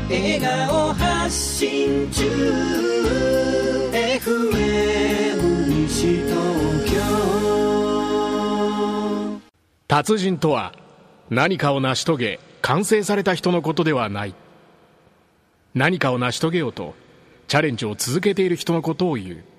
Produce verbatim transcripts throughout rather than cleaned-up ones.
笑顔発信中 エフエム 西東京。 達人とは何かを成し遂げ完成された人のことではない。何かを成し遂げようとチャレンジを続けている人のことを言う。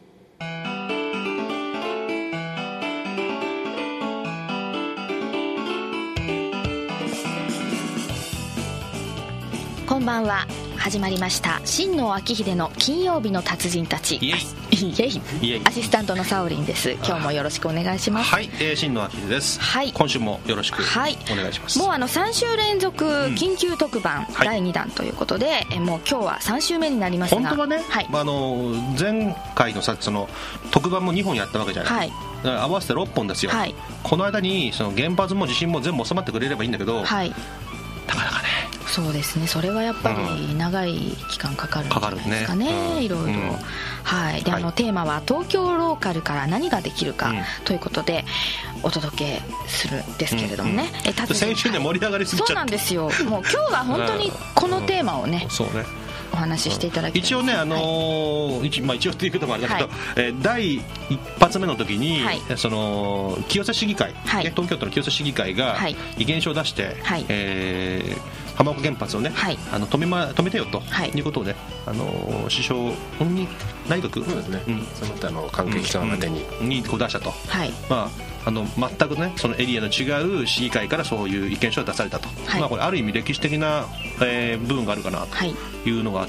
こんばんは。始まりました新野明秀の金曜日の達人たち。 イエイイエイイエイ。アシスタントのサオリンです。今日もよろしくお願いします。 はい、えー、新野明秀です。はい、今週もよろしくお願いします。 はい、もうあのさん週連続緊急特番、うん、だいにだんということで、えもう今日はさん週目になりますが、 本当はね、はい、あの前回のさその特番もにほんやったわけじゃない、はい、だから合わせてろっぽんですよ、はい、この間にその原発も地震も全部収まってくれればいいんだけど、はい、なかなかね。 そうですね、それはやっぱり長い期間かかるんじゃないですかね、うん、いろいろ、うん、はいで、あの、はい、テーマは東京ローカルから何ができるか、うん、ということでお届けするんですけれどもね、 うんうん、え先週で盛り上がりすぎちゃって、 そうなんですよ。もう今日は本当にこのテーマをね、そうねお話ししていただきたい。 一応ね、あのーはい一まあ、一応っていうこともあれだけど、はいえー、だいいっ発目の時に、はい、その清瀬市議会、はい、東京都の清瀬市議会が意見書を出して、はいえー、浜岡原発をね、はい、あの止めま、止めてよと、はい、いうことをね、あのー、首相に内閣そうですね、うん、その他の関係機関までに、 うん、にこう出したと、はいまああの全くねそのエリアの違う市議会からそういう意見書が出されたと、はいまあ、これある意味歴史的な、えー、部分があるかなというのがあって、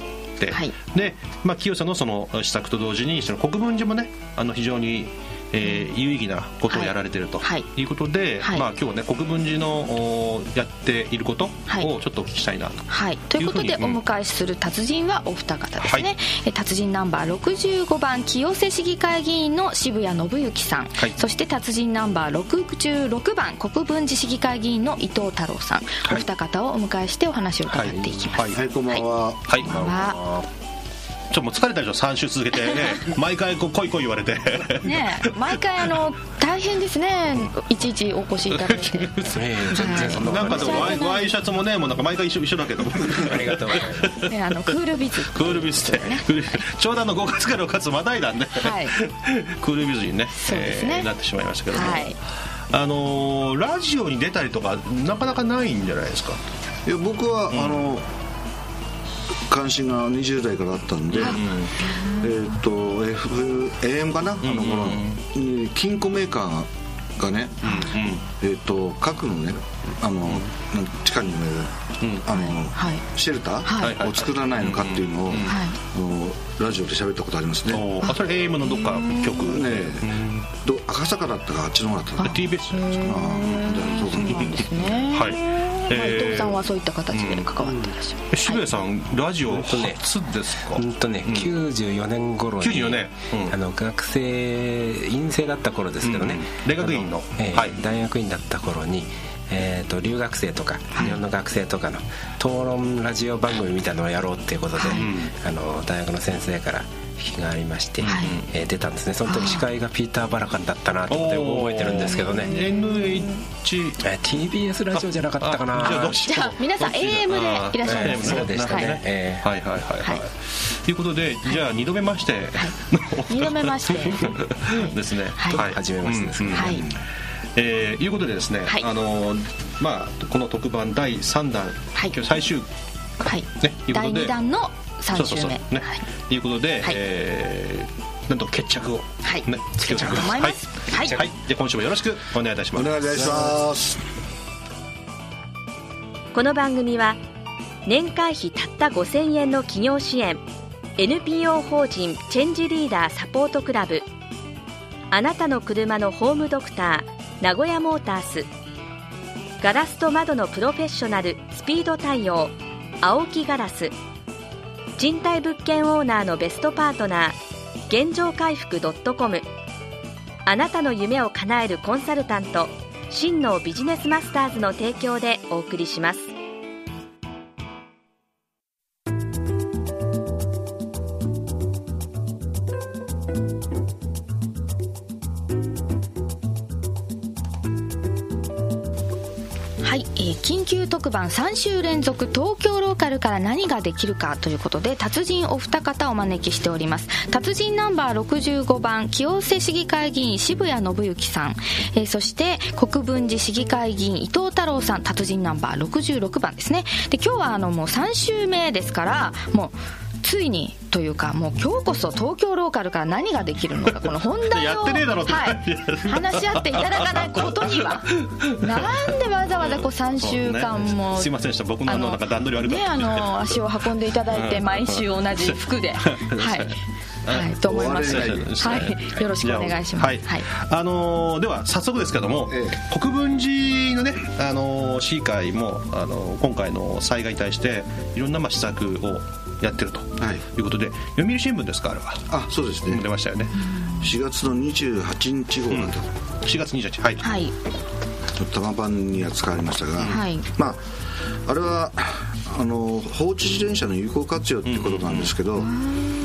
はいでまあ、清瀬のその施策と同時にその国分寺もねあの非常に、えー、有意義なことをやられているということで、はいはいまあ、今日はね国分寺のやっていることをちょっとお聞きしたいなと、 はい、ということでお迎えする達人はお二方ですね、はい、達人ナンバーろくじゅうごばん清瀬市議会議員の渋谷信之さん、はい、そして達人ナンバーろくじゅうろくばん国分寺市議会議員の伊藤太郎さん、はい、お二方をお迎えしてお話を伺っていきます。 はい、はいはい、こんばんは。 はい、こんばんは。ちょっともう疲れたでしょさん週続けて、ね、毎回こう来い来い言われてね毎回あの大変ですね、いちいちお越しいただいてね全然そんななんかでもワイ、ワイシャツもねもうなんか毎回一緒一緒だけどありがとうございますね、あのクールビズクールビズって、ね、ちょうどあのごがつからろくがつまたいだんで、はい、クールビズにねそうですね、えー、なってしまいましたけども、はいあのー、ラジオに出たりとかなかなかないんじゃないですか。 いや僕は、うん、あの関心がにじゅう代からあったんで、うん、えー、っと エフエーエム かな、うん、あの頃に金庫メーカーがね、うん、えー、っと核のねあの、うん、地下に埋める、うん、あの、はい、シェルターを作らないのかっていうのを、はい、ラジオで喋ったことありますね。 あそれ エーエム のどっか局ね、 ど赤坂だったかあっちの方だったかティービーエス じゃないですか。 そうなんですね。はい。伊藤さんはそういった形で関わっていらっしゃる、 うん、渋谷さん、はい、ラジオ初ですか。 うんとね、うん、きゅうじゅうよねん頃にきゅうじゅうよねん、うん、あの学生院生だった頃ですけどね、 うん、大学院の、 えーはい、大学院だった頃に、えー、と留学生とか、はい、日本の学生とかの討論ラジオ番組みたいなのをやろうっていうことで、はい、あの大学の先生から引きがありまして、はいえー、出たんですね。その時司会がピーター・バラカンだったなと思って覚えてるんですけどね。 エヌエイチえー、ティービーエス ラジオじゃなかったかな。 じゃあじゃあ皆さん エーエム でいらっしゃいます。 そうでしたね、はいえー、 はいはいはいはい、はい、ということでじゃあにどめまして、はい、 にどめましてですね、 はいはい、初めましてですけど、うんうんはいえー、いうことでですね、はい、あのまあ、この特番だいさんだん、はい、今日最終回、ね、いうことでだいにだんのさん週目そうそうそう、ねはい、いうことで、はいえー、なんと決着を、はいね、つけようと思います。はい、はいはい、で今週もよろしくお願いいたします。 お願いします。 この番組は年会費たったごせんえんの企業支援 エヌピーオー 法人チェンジリーダーサポートクラブ、あなたの車のホームドクター名古屋モータース、ガラスと窓のプロフェッショナルスピード対応青木ガラス、賃貸物件オーナーのベストパートナー現状回復 .com、 あなたの夢を叶えるコンサルタント真のビジネスマスターズの提供でお送りします。 緊急特番さん週連続東京ローカルから何ができるかということで、達人お二方お招きしております。達人ナンバーろくじゅうごばん清瀬市議会議員渋谷信之さん、えー、そして国分寺市議会議員伊藤太郎さん、達人ナンバーろくじゅうろくばんですね。で今日はあのもうさん週目ですから、もうついにというか、もう今日こそ東京ローカルから何ができるのか、この本題をやってねえだろって、 はい、話し合っていただかないことにはなんでわざわざこうさんしゅうかんも、 ね、すいませんでした、僕のあのなんか段取り悪かった、 ね、あの足を運んでいただいて毎週同じ服ではいはい、と思います、はい、よろしくお願いします。はいはい、 あのー、では早速ですけども、ええ、国分寺のね、あのー、市議会も、あのー、今回の災害に対していろんなまあ施策をやってるということで、はい、読売新聞ですか、あれは。 あ、そうですね、 出ましたよね。 しがつのにじゅうはちにち号なんだ、 うん、しがつにじゅうはち、はい、はい、 多摩版に扱われましたが、 はい、 まああれはあの放置自転車の有効活用っていうことなんですけど、うん、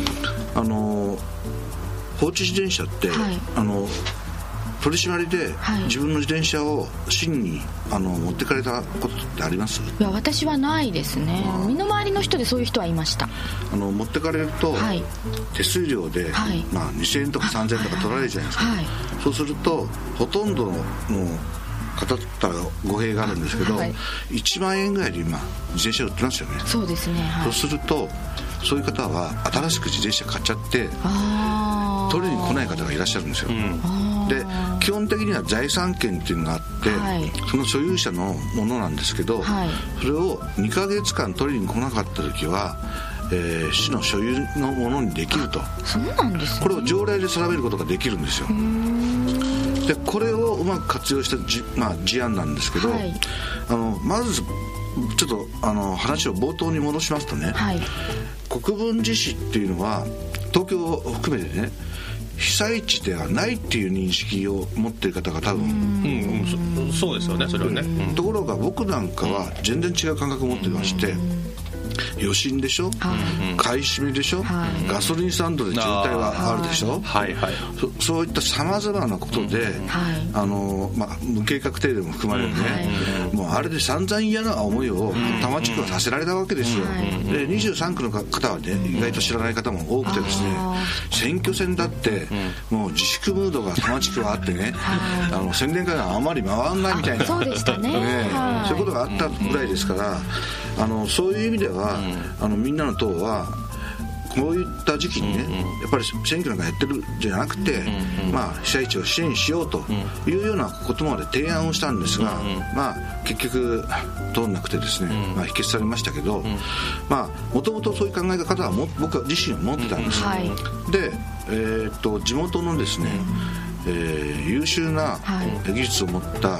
あの放置自転車って、はい、あの取り締まりで自分の自転車を市にあの持ってかれたことってあります？ いや、私はないですね。身の回りの人でそういう人はいました。 あの持ってかれると、はい、手数料で、はい、まあ、にせんえんとかさんぜんえんとか取られるじゃないですか、はい、そうするとほとんどの方ったら語弊があるんですけど、はい、いちまんえんぐらいで今自転車売ってますよね。 そうですね、はい、 そうするとそういう方は新しく自転車買っちゃって取りに来ない方がいらっしゃるんですよ、うん、で基本的には財産権っていうのがあって、はい、その所有者のものなんですけど、はい、それをにかげつかん取りに来なかった時は、えー、市の所有のものにできると。 そうなんですね。 これを条例で定めることができるんですよ。でこれをうまく活用したじ、まあ、事案なんですけど、はい、あのまずちょっとあの話を冒頭に戻しますとね、はい、国分寺市っていうのは東京を含めてね、被災地ではないっていう認識を持っている方が多分、 うんうん、そ, そうですよね、それはね、うん、 ところが僕なんかは全然違う感覚を持ってまして、余震でしょ、はい、買い占めでしょ、はい、ガソリンスタンドで渋滞があるでしょ、はいはい、そ, そういったさまざまなことで、うん、あのまあ、無計画停電も含まれるね、はい、もうあれで散々嫌な思いを多摩地区はさせられたわけですよ、うん、でにじゅうさんくの方はね、意外と知らない方も多くてですね、選挙戦だって、うん、もう自粛ムードが多摩地区はあってね、あの宣伝会があまり回らないみたいな、 そうでしたね、 ね、そういうことがあったぐらいですから、あのそういう意味では、うん、あのみんなの党はこういった時期にね、うんうん、やっぱり選挙なんかやってるんじゃなくて、うんうん、まあ、被災地を支援しようというようなことまで提案をしたんですが、うんうん、まあ、結局通んなくてですね、うん、まあ、否決されましたけど、うん、まあ、もともとそういう考え方はも僕自身は持ってたんです、うん、はい、で、えー、っと地元のですね、うん、えー、優秀な技術を持った、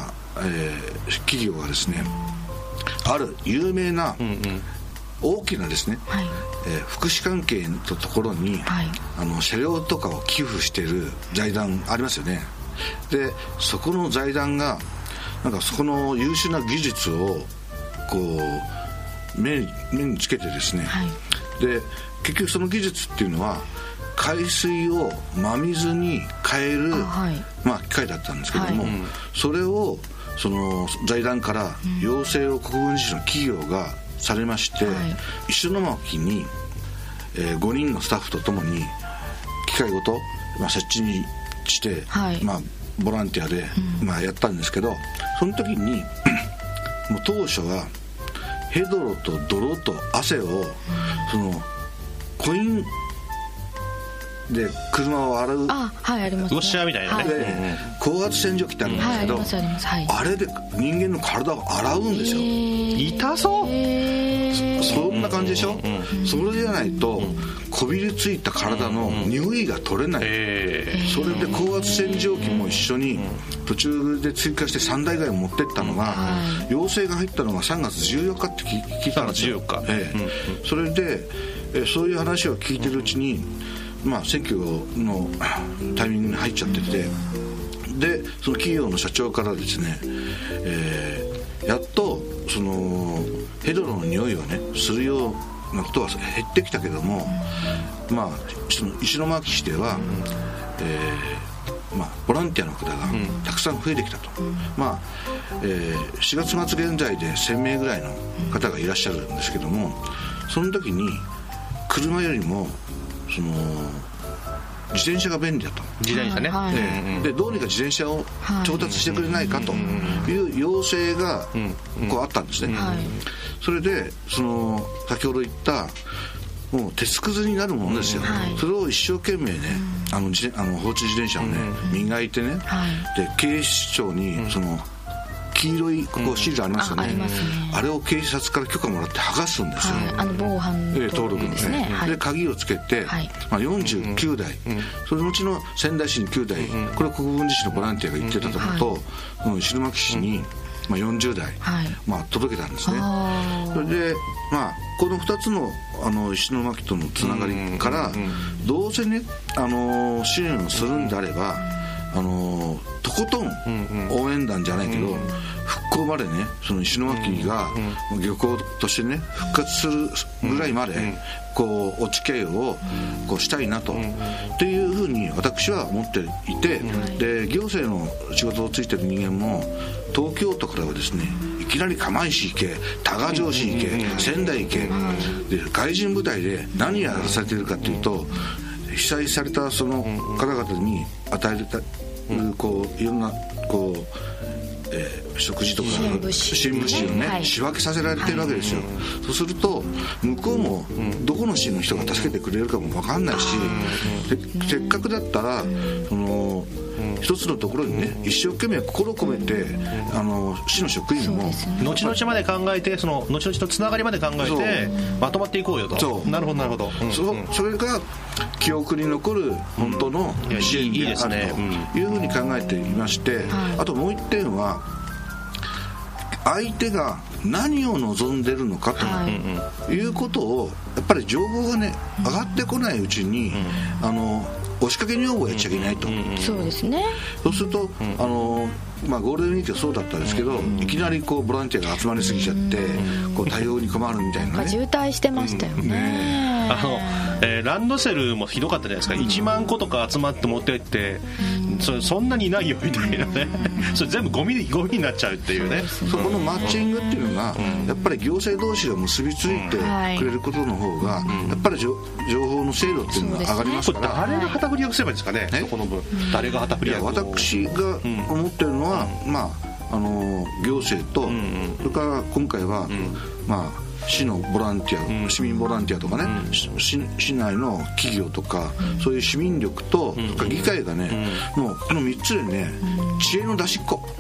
えー、企業がですね、ある有名な、うんうん、大きなですね、はい、えー、福祉関係のところに、はい、あの車両とかを寄付している財団ありますよね。でそこの財団がなんかそこの優秀な技術をこう 目, 目につけてですね、はい、で結局その技術っていうのは海水を真水に変える、はい、まあ、機械だったんですけども、はい、それをその財団から要請を国分寺市の企業がされまして、うん、はい、石巻に、えー、ごにんのスタッフとともに機械ごと、まあ、設置にして、はい、まあ、ボランティアで、うん、まあ、やったんですけど、その時にもう当初はヘドロと泥と汗を、うん、そのコインで車を洗う、 あ、はい、ありますね、 ウォッシャーみたいなね、はい、 で高圧洗浄機ってあるんですけど、はい、ありますあります、はい、あれで人間の体を洗うんですよ。 痛そう、 そんな感じでしょ、うん、それじゃないとこびりついた体の匂いが取れない、それで高圧洗浄機も一緒に途中で追加してさんだいぐらい持ってったのが、要請が入ったのがさんがつじゅうよっかって聞いたんですよ。さんがつじゅうよっか、ええ、それでえそういう話を聞いてるうちに、まあ、選挙のタイミングに入っちゃってて、でその企業の社長からですね、えー、やっとそのヘドロの匂いをねするようなことは減ってきたけども、まあその石巻市では、えーまあ、ボランティアの方がたくさん増えてきたと、まあえー、しがつ末現在でせんめいぐらいの方がいらっしゃるんですけども、その時に車よりもその自転車が便利だと。 自転車ね、はい、 で, でどうにか自転車を調達してくれないかという要請がこうあったんですね、はい、それでその先ほど言ったもう鉄くずになるものですよ、はい、それを一生懸命ね、あの自あの放置自転車をね、磨いてね、はい、で警視庁にその黄色いここシールありますよね、うん、あ, ありますね。あれを警察から許可もらって剥がすんですよ、はい、 あの防犯登録ですね、 はい、で鍵をつけて、はい、まあ、よんじゅうきゅうだい、うん、そのうちの仙台市にきゅうだい、うん、これは国分寺市のボランティアが行ってたところと、うん、石巻市に、まあ、よんじゅうだい、はい、まあ、届けたんですね。それで、まあ、このふたつの、あの石巻とのつながりから、うん、どうせね、あの支援をするんであれば、あのとことん応援団じゃないけど、うんうん、復興までね、その石巻が漁港としてね復活するぐらいまでこうお付き合いをこうしたいなと、っていうふうに私は思っていて、で行政の仕事をついてる人間も東京都からはですね、いきなり釜石行け、多賀城市行け、仙台行けで外人部隊で何やらされているかというと、被災されたその方々に与えたこういろんなこう、えー、食事とか支援物資をね、はい、仕分けさせられてるわけですよ、はい、そうすると向こうもどこの市の人が助けてくれるかも分かんないし、せ, せっかくだったらその一つのところにね一生懸命心を込めて、あの市の職員も後々まで考えて、その後々のつながりまで考えてまとまっていこうよと。そう、なるほどなるほど、うん、 そ, それが記憶に残る本当の支援であるというふうに考えていまして、あともう一点は相手が何を望んでるのかということをやっぱり情報がね上がってこないうちに、あの押しかけ女房をやっちゃいけないと、うんうん、 そうですね。 そうすると、うん、あのまあ、ゴールデンウィークはそうだったんですけど、うん、いきなりこうボランティアが集まりすぎちゃって、うん、こう対応に困るみたいなね、 渋滞してましたよね、うん、ねあのえー、ランドセルもひどかったじゃないですか、うん、いちまんことか集まって持ってって、うん、そ, そんなにいないよみたいなね、うん、それ全部ゴミゴミになっちゃうっていうね。 そ, うそこのマッチングっていうのが、うん、やっぱり行政同士が結びついてくれることの方が、うん、やっぱり情報の精度っていうのが上がりますから、 これ誰が旗振り役すればいいんですかね、そこの分、誰が旗振り役を。 私が思ってるのは、うん、まあ、あの行政と、うんうん、それから今回は、うん、まあ市のボランティア、うん、市民ボランティアとかね、うん、市, 市内の企業とか、うん、そういう市民力と、うん、とか議会がね、うん、もうこのみっつでね、うん、知恵の出しっこ、うん、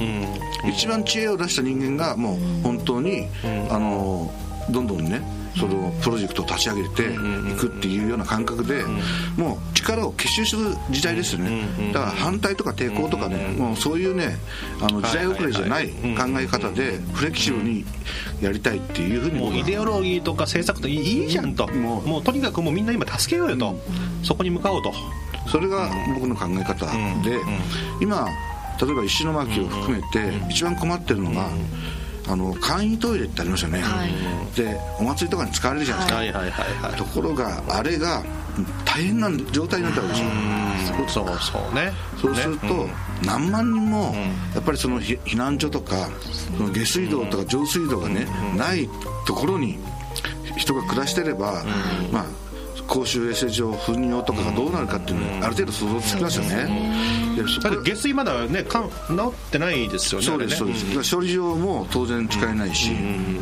一番知恵を出した人間がもう本当に、うん、あのどんどんねそのプロジェクトを立ち上げていくっていうような感覚で、もう力を結集する時代ですよね。だから反対とか抵抗とかね、もうそういうね、あの時代遅れじゃない考え方でフレキシブルにやりたいっていうふうに、 もうイデオロギーとか政策といいじゃんと、もう、もうとにかくもうみんな今助けようよと、そこに向かおうと、 それが僕の考え方で、今例えば石巻を含めて一番困ってるのが、あの簡易トイレってありますよね、はい、でお祭りとかに使われるじゃないですか、はいはいはいはい、ところがあれが大変な状態になったわけですよ。 そうそうね。 そうすると、ね、うん、何万人もやっぱりその避難所とかその下水道とか上水道がね、うん、ないところに人が暮らしてれば、うん、まあ公衆衛生上糞尿とかがどうなるかっていうのはある程度想像つきますよね。 だって下水まだねかん治ってないですよね。 そうですそうです、ね、処理場も当然使えないし、うん、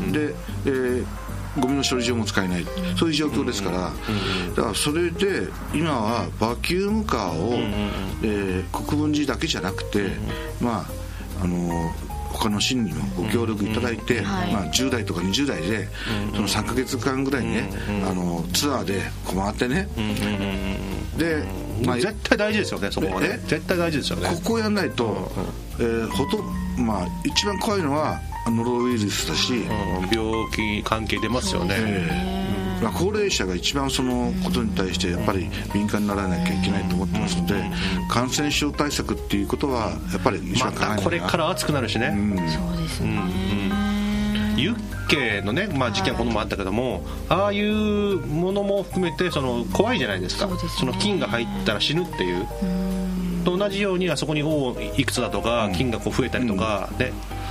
で、えー、ゴミの処理場も使えない、そういう状況ですから、だからそれで今はバキュームカーを、えー、国分寺だけじゃなくて、まああのー他の市にもご協力いただいて、うん、まあ、じゅうだいとかにじゅうだいで、うん、そのさんかげつかんぐらいね、うん、あのツアーで回ってね、うん、で、 まあ、絶対大事ですよね、そこはね、絶対大事ですよね。 ここをやらないと、うん、えー、ほとまあ、一番怖いのはノロウイルスだし、うん、 病気関係出ますよね、えーまあ、高齢者が一番そのことに対してやっぱり敏感にならなきゃいけないと思ってますので、感染症対策っていうことはやっぱり一番考えないな。 またこれから暑くなるしね、うん、 そうですね、 うん、ユッケのね、まあ、事件このもあったけども、はい、ああいうものも含めてその怖いじゃないですか。 そうですね、その菌が入ったら死ぬっていう、うん、と同じようにあそこにいくつだとか菌がこう増えたりとかで、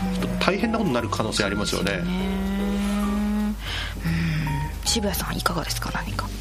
大変なことになる可能性ありますよね。 うん、渋谷さんいかがですか？何か、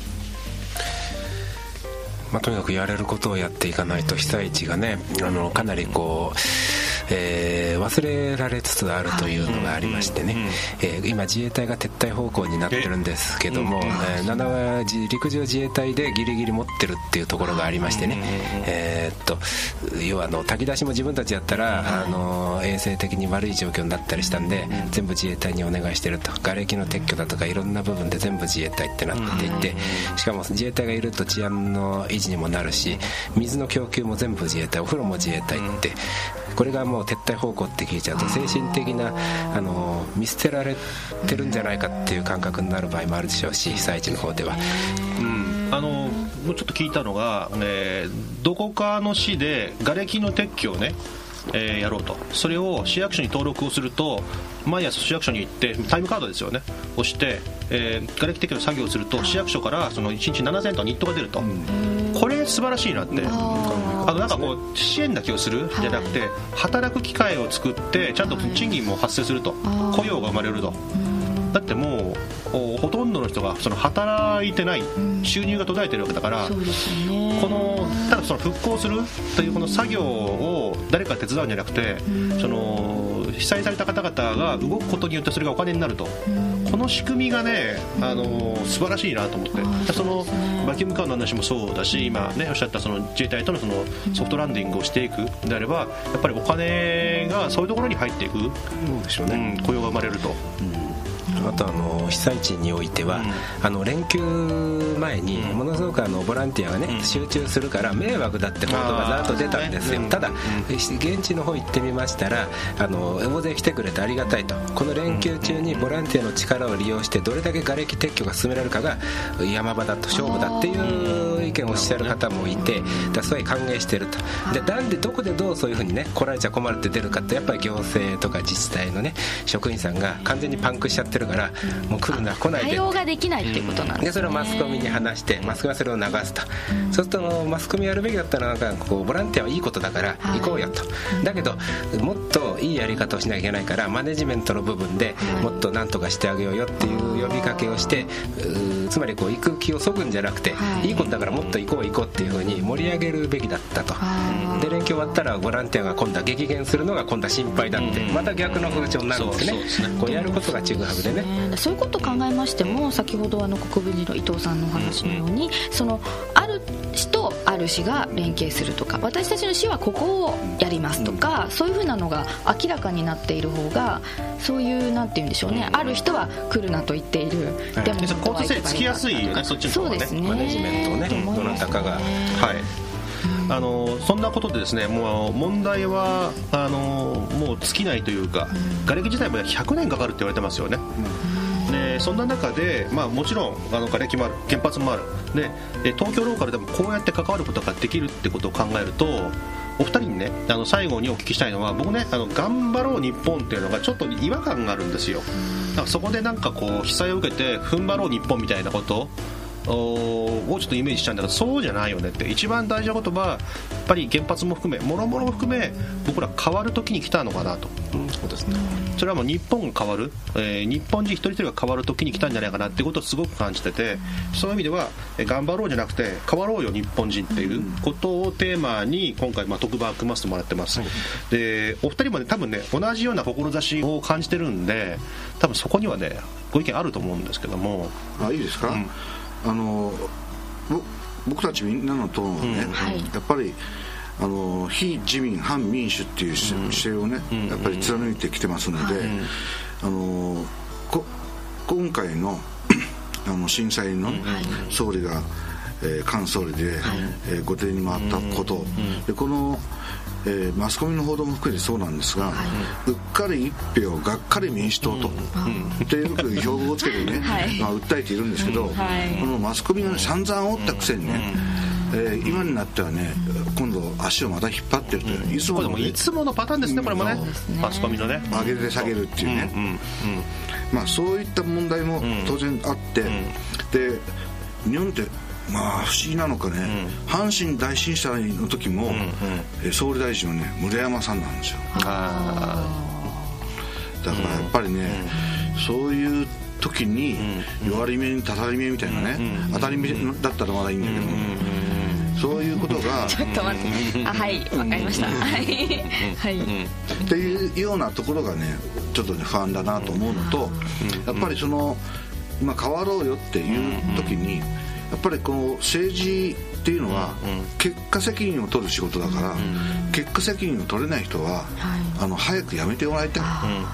まあ、とにかくやれることをやっていかないと被災地がね、あのかなりこう、えー、忘れられつつあるというのがありましてね、えー、今自衛隊が撤退方向になってるんですけども、えー、ななわ陸上自衛隊でギリギリ持ってるっていうところがありましてね、えー、っと要はあの炊き出しも自分たちやったらあの衛生的に悪い状況になったりしたんで、全部自衛隊にお願いしてると、瓦礫の撤去だとかいろんな部分で全部自衛隊ってなっていて、しかも自衛隊がいると治安の維持にもなるし、水の供給も全部自衛隊、お風呂も自衛隊って、これがもう撤退方向って聞いちゃうと精神的なあの見捨てられてるんじゃないかっていう感覚になる場合もあるでしょうし、被災地の方では、 うん、あのもうちょっと聞いたのが、えー、どこかの市で瓦礫の撤去をね、えー、やろうと、それを市役所に登録をすると、毎朝市役所に行ってタイムカードですよね押して、えー、瓦礫撤去の作業をすると市役所からそのいちにちななせんとか日当が出ると、うん、これ素晴らしいなって。あのなんかこう支援だけをするじゃなくて、はい、働く機会を作ってちゃんと賃金も発生すると、はい、雇用が生まれると。だってもうほとんどの人がその働いてない、収入が途絶えてるわけだから、そうですよね、このただその復興するというこの作業を誰か手伝うんじゃなくて、その被災された方々が動くことによってそれがお金になると、この仕組みがね、あの素晴らしいなと思って、そのバキュームカーの話もそうだし、今ねおっしゃったその自衛隊とのそのソフトランディングをしていくであれば、やっぱりお金がそういうところに入っていく、そうでしょうね、うん、雇用が生まれると。 あとあの被災地においては、うん、あの連休前にものすごくあのボランティアがね、うん、集中するから迷惑だって報道がざっと出たんですよ。ただ、うん、現地の方行ってみましたら、あの大勢来てくれてありがたいと、この連休中にボランティアの力を利用してどれだけ瓦礫撤去が進められるかが山場だと、勝負だっていう意見をおっしゃる方もいて、だそういう歓迎してると。でなんでどこでどうそういう風にね来られちゃ困るって出るかって、やっぱり行政とか自治体のね職員さんが完全にパンクしちゃってるから、もう来るな来ないで、 対応ができないっていうことなんですね。 でそれをマスコミに話して、マスコミはそれを流すと、そうするとマスコミやるべきだったら、なんかこうボランティアはいいことだから行こうよと、だけどもっといいやり方をしなきゃいけないから、マネジメントの部分でもっと何とかしてあげようよっていう呼びかけをして、つまりこう行く気をそぐんじゃなくて、いいことだからもっと行こう行こうっていう風に盛り上げるべきだったと。で連休終わったらボランティアが今度は激減するのが今度は心配だって、また逆の風潮になるんですね。こうやることがちぐはぐでね、 そういうことを考えましても、先ほどあの国分寺の伊藤さんのお話のように、そのある市とある市が連携するとか、私たちの市はここをやりますとか、そういうふうなのが明らかになっている方が、そういうなんて言うんでしょうね、ある人は来るなと言っている、 はい、でも交通整理つきやすいよね、そっちの方がね、 そうですね、 マネジメントをね、どなたかが、はい、 あのそんなことでですね、もう問題はあのもう尽きないというか、瓦礫自体もひゃくねんかかるって言われてますよね。でそんな中で、まあ、もちろんあの瓦礫もある、原発もあるで、東京ローカルでもこうやって関わることができるってことを考えると、お二人にね、あの最後にお聞きしたいのは、僕ね、あの頑張ろう日本っていうのがちょっと違和感があるんですよ。だからそこでなんかこう被災を受けて踏ん張ろう日本みたいなことをちょっとイメージしちゃうんだけど、そうじゃないよねって。一番大事なことはやっぱり原発も含め、もろもろも含め、僕ら変わる時に来たのかなと、うん、そうですね、それはもう日本が変わる、えー、日本人一人一人が変わる時に来たんじゃないかなってことをすごく感じてて、そういう意味では頑張ろうじゃなくて変わろうよ日本人っていうことをテーマに今回まあ特番組ませてもらってます、はい、でお二人もね多分ね同じような志を感じてるんで、多分そこにはねご意見あると思うんですけども。 あ、いいですか、うん、あの僕たちみんなの党はね、うんはい、やっぱりあの非自民反民主っていう姿勢をね、うん、やっぱり貫いてきてますので、うん、あのこ今回のあの震災の総理が、えー、菅総理で、はいえー、後手に回ったこと、うん、でこのえー、マスコミの報道も含めてそうなんですが、はい、うっかり一票がっかり民主党と、うん、っていう標語をつけてね、はいまあ、訴えているんですけど、うんはい、このマスコミが散々煽ったくせにね、うんえー、今になってはね今度足をまた引っ張ってるという、うん、いつもの、ね、 いつものパターンですね、これもね、うん、マスコミのね上げて下げるっていうね、うんうんうんまあ、そういった問題も当然あって、うん、で日本ってまあ不思議なのかね、うん、阪神大震災の時も、うんうん、総理大臣はね村山さんなんですよ。あだからやっぱりね、うん、そういう時に弱り目にたたり目みたいなね、うん、当たり目だったらまだいいんだけども、うん、そういうことがちょっと待ってあはいわかりましたはい、はい、 っていうようなところがねちょっとね不安だなと思うのと、やっぱりその、まあ、変わろうよっていう時にやっぱりこの政治っていうのは結果責任を取る仕事だから、結果責任を取れない人はあの早くやめてもらいたい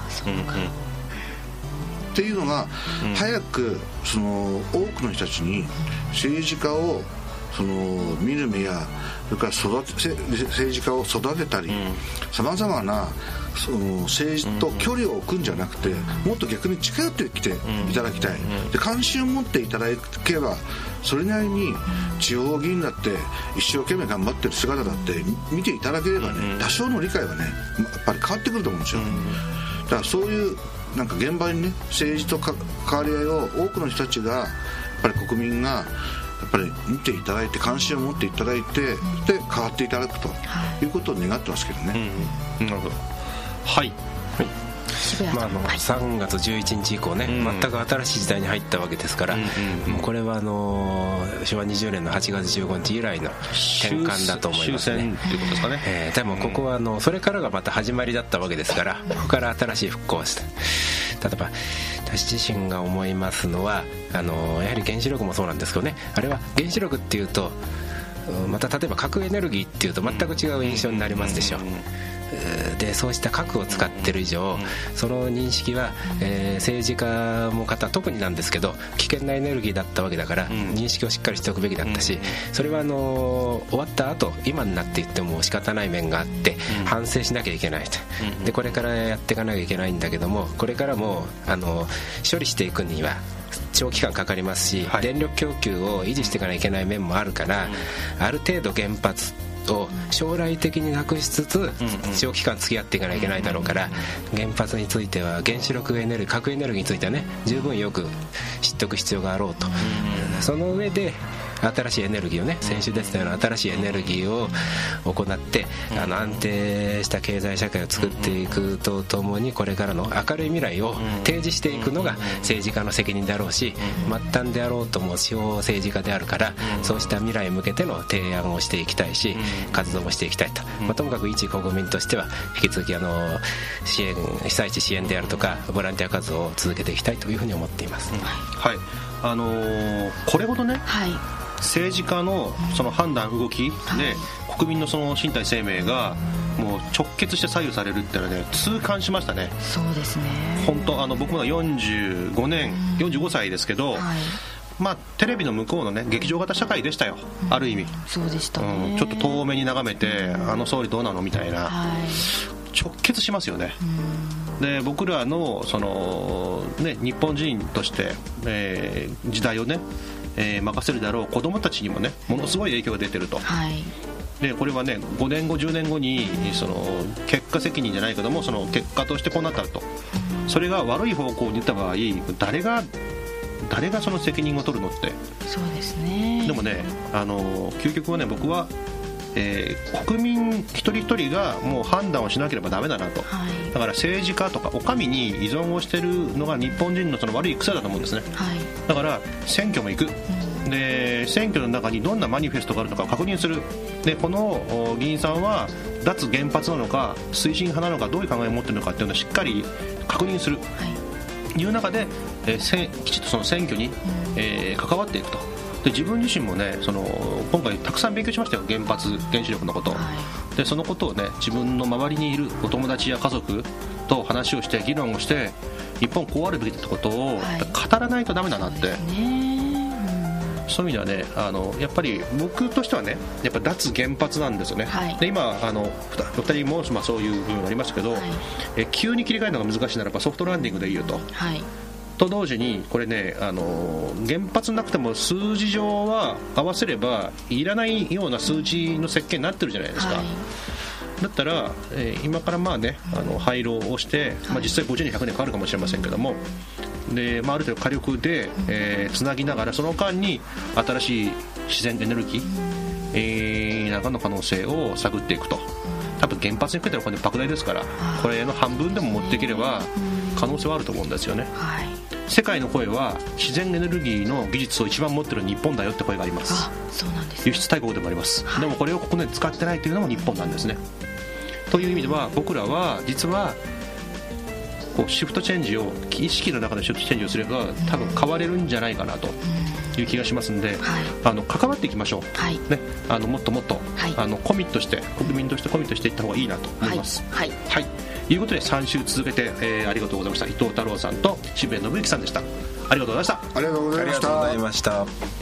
っていうのが、早くその多くの人たちに政治家をその見る目やそれから育て政治家を育てたりさまざまなその政治と距離を置くんじゃなくて、もっと逆に近寄ってきていただきたい。で関心を持っていただければそれなりに地方議員だって一生懸命頑張ってる姿だって見ていただければね、多少の理解はねやっぱり変わってくると思うんですよ。だからそういうなんか現場にね政治とか関わり合いを多くの人たちがやっぱり国民がやっぱり見ていただいて関心を持っていただいて、で変わっていただくということを願ってますけどね、 うんうん、なるほど。はい、はいまあ、あのさんがつじゅういちにち以降ね、うん、全く新しい時代に入ったわけですから、うんうん、もうこれはあのしょわにじゅうねんのはちがつじゅうごにち以来の転換だと思いますね。 終戦ということですかね、 えー、でもここはあのそれからがまた始まりだったわけですから、ここから新しい復興をした。例えば私自身が思いますのはあのやはり原子力もそうなんですけどね、あれは原子力っていうとまた例えば核エネルギーっていうと全く違う印象になりますでしょう。でそうした核を使ってる以上その認識は、えー、政治家も方特になんですけど危険なエネルギーだったわけだから、うん、認識をしっかりしておくべきだったし、それはあの終わった後今になって言っても仕方ない面があって反省しなきゃいけないと。でこれからやっていかなきゃいけないんだけども、これからもあの処理していくには長期間かかりますし、はい、電力供給を維持していかなきゃいけない面もあるから、うん、ある程度原発を将来的になくしつつ長期間付き合っていかなきゃいけないだろうから、原発については原子力エネルギー核エネルギーについてはね十分よく知っておく必要があろうと。その上で新しいエネルギーをね、先週出てたような新しいエネルギーを行ってあの安定した経済社会を作っていくとともに、これからの明るい未来を提示していくのが政治家の責任であろうし、末端であろうとも地方政治家であるから、そうした未来に向けての提案をしていきたいし活動もしていきたいと、まあ、ともかく一国民としては引き続きあの支援被災地支援であるとかボランティア活動を続けていきたいというふうに思っています。 はい、あのー、これほどね、はい、政治家のその判断動きで国民のその身体生命がもう直結して左右されるっていうのはね痛感しましたね。 そうですね。 本当あの僕もよんじゅうごねん、よんじゅうごさいですけど、はい、まあ、テレビの向こうのね劇場型社会でしたよ、うん、ある意味。 そうでしたね、 うん、ちょっと遠目に眺めて、あの総理どうなのみたいな、はい、直結しますよね、うん、で僕らのその、ね、日本人として、えー、時代をね、えー、任せるだろう子供たちにもねものすごい影響が出てると、はい、でこれはねごねんごじゅうねんごにその結果責任じゃないけどもその結果としてこうなったと、うん、それが悪い方向に行った場合誰が誰がその責任を取るのって。 そうですね。 でもねあの究極はね僕は、えー、国民一人一人がもう判断をしなければダメだなと、はい、だから政治家とかお上に依存をしてるのが日本人のその悪い癖だと思うんですね、はい、だから選挙も行く、うん、で選挙の中にどんなマニフェストがあるのかを確認する。でこの議員さんは脱原発なのか推進派なのかどういう考えを持っているのかっていうのをしっかり確認する、はいいう中で、えー、きちっとその選挙に、うんえー、関わっていくと。で自分自身もねその今回たくさん勉強しましたよ、原発原子力のこと、はい、でそのことをね自分の周りにいるお友達や家族と話をして議論をして日本こうあるべきってことを語らないとダメだなって、はいそうですねそういう意味ではねあのやっぱり僕としてはねやっぱ脱原発なんですよね、はい、で今あのふたりも、まあ、そういう部分がありましたけど、はい、え急に切り替えるのが難しいならばソフトランディングでいいよと、はい、と同時にこれねあの原発なくても数字上は合わせればいらないような数字の設計になってるじゃないですか、はいだったら、えー、今からまあねあの廃炉をして、まあ、実際ごじゅうねんひゃくねんかかるかもしれませんけどもで、まあ、ある程度火力で、えー、つなぎながらその間に新しい自然エネルギー、えー、なんかの可能性を探っていくと多分原発にかけてるお金莫大ですから、これの半分でも持っていければ可能性はあると思うんですよね、はい、世界の声は自然エネルギーの技術を一番持ってる日本だよって声があります。 あ、そうなんですね、 輸出大国でもあります、はい、でもこれを国内で使ってないというのも日本なんですね。という意味では僕らは実はこうシフトチェンジを意識の中でシフトチェンジをすれば多分変われるんじゃないかなという気がしますんで、はい、あの関わっていきましょう、はい、ね、あのもっともっと、はい、あのコミットして国民としてコミットしていった方がいいなと思います。はい、はいはい、ということでさん週続けて、えー、ありがとうございました。伊藤太郎さんと渋谷信之さんでした。ありがとうございました。 ありがとうございました。ありがとうございました。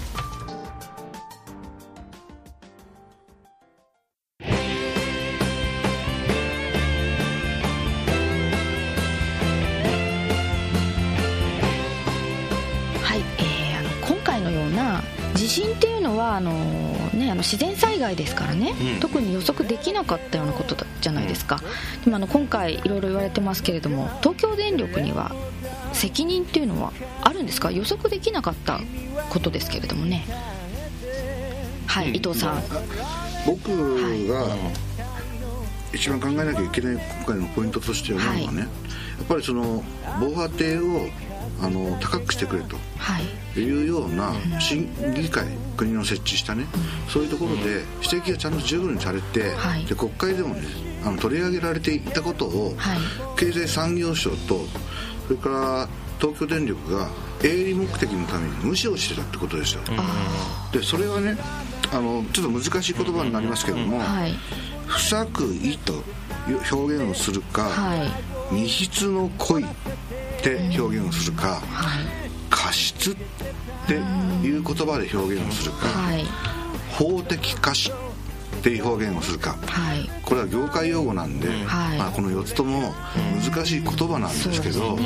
地震っていうのはあの、ね、あの自然災害ですからね、うん、特に予測できなかったようなことじゃないですか、うん、でもあの今回いろいろ言われてますけれども、東京電力には責任っていうのはあるんですか？予測できなかったことですけれどもね。はい、うん、伊藤さん、 僕が一番考えなきゃいけない今回のポイントとして思うのはね、はい、やっぱりその防波堤をあの高くしてくれというような審議会、国の設置したね、そういうところで指摘がちゃんと十分にされて、はい、で国会でもねあの取り上げられていたことを、はい、経済産業省とそれから東京電力が営利目的のために無視をしてたってことですよ。でそれはねあのちょっと難しい言葉になりますけども、はい、不作為と表現をするか、はい、未必の故意って表現をするか、うん、はい、過失っていう言葉で表現をするか、はい、法的過失っていう表現をするか、はい、これは業界用語なんで、はい、まあ、このよっつとも難しい言葉なんですけど、うん、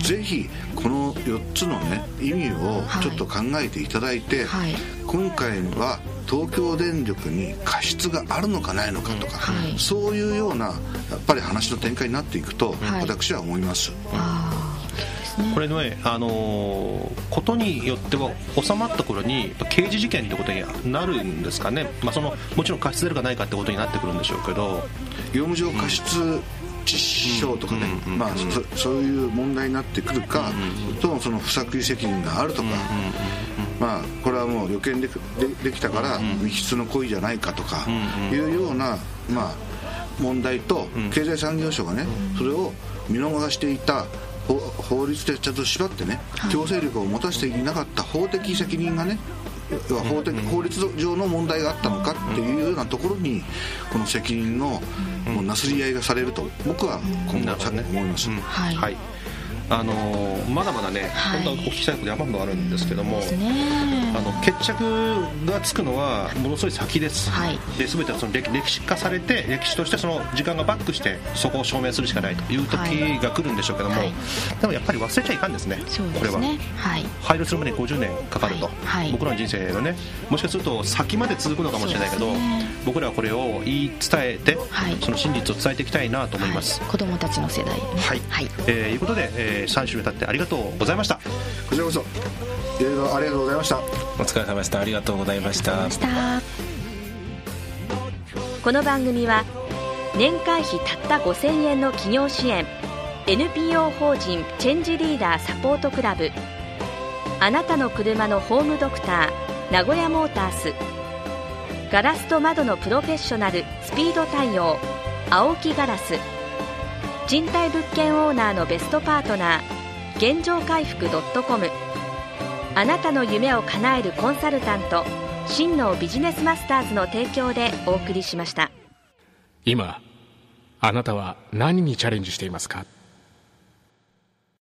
ぜひこのよっつのね意味をちょっと考えていただいて、はい、今回は東京電力に過失があるのかないのかとか、はい、そういうようなやっぱり話の展開になっていくと、はい、私は思います。 これね、あのー、ことによっては収まった頃に刑事事件ってことになるんですかね、まあ、そのもちろん過失出るかないかってことになってくるんでしょうけど、 業務上過失致死傷とかね、まあ、そ, そういう問題になってくるか、うん、とその不作為責任があるとか、まあ、これはもう予見 で, で, できたから未必の故意じゃないかとかいうような、まあ、問題と経済産業省がねそれを見逃していた法律でちゃんと縛ってね強制力を持たせていなかった法的責任がね法的法律上の問題があったのかっていうようなところにこの責任のもうなすり合いがされると僕は今後さ思います、うん、はい、はい、 あのー、まだまだね、はい、本当はお聞きしたいこと山ほどあるんですけども、あの決着がつくのはものすごい先です、はい、で全てはその 歴, 歴史化されて歴史としてその時間がバックしてそこを証明するしかないという時が来るんでしょうけども、はい、でもやっぱり忘れちゃいかんですね。 そうですね、 これは、はい、廃炉するまでにごじゅうねんかかると、はいはい、僕らの人生のねもしかすると先まで続くのかもしれないけど、ね、僕らはこれを言い伝えて、はい、その真実を伝えていきたいなと思います、 はい、子供たちの世代に、 はいはい、えー、いうことで、えー、さん週にわたってありがとうございました。 こちらこそいろいろありがとうございました。 お疲れ様でした。ありがとうございました。 この番組は年会費たったごせんえんの企業支援 エヌピーオー 法人チェンジリーダーサポートクラブ、あなたの車のホームドクター名古屋モータース、ガラスと窓のプロフェッショナルスピード対応青木ガラス、賃貸物件オーナーのベストパートナー現状回復 .com、 あなたの夢を叶えるコンサルタント真のビジネスマスターズの提供でお送りしました。 今あなたは何にチャレンジしていますか？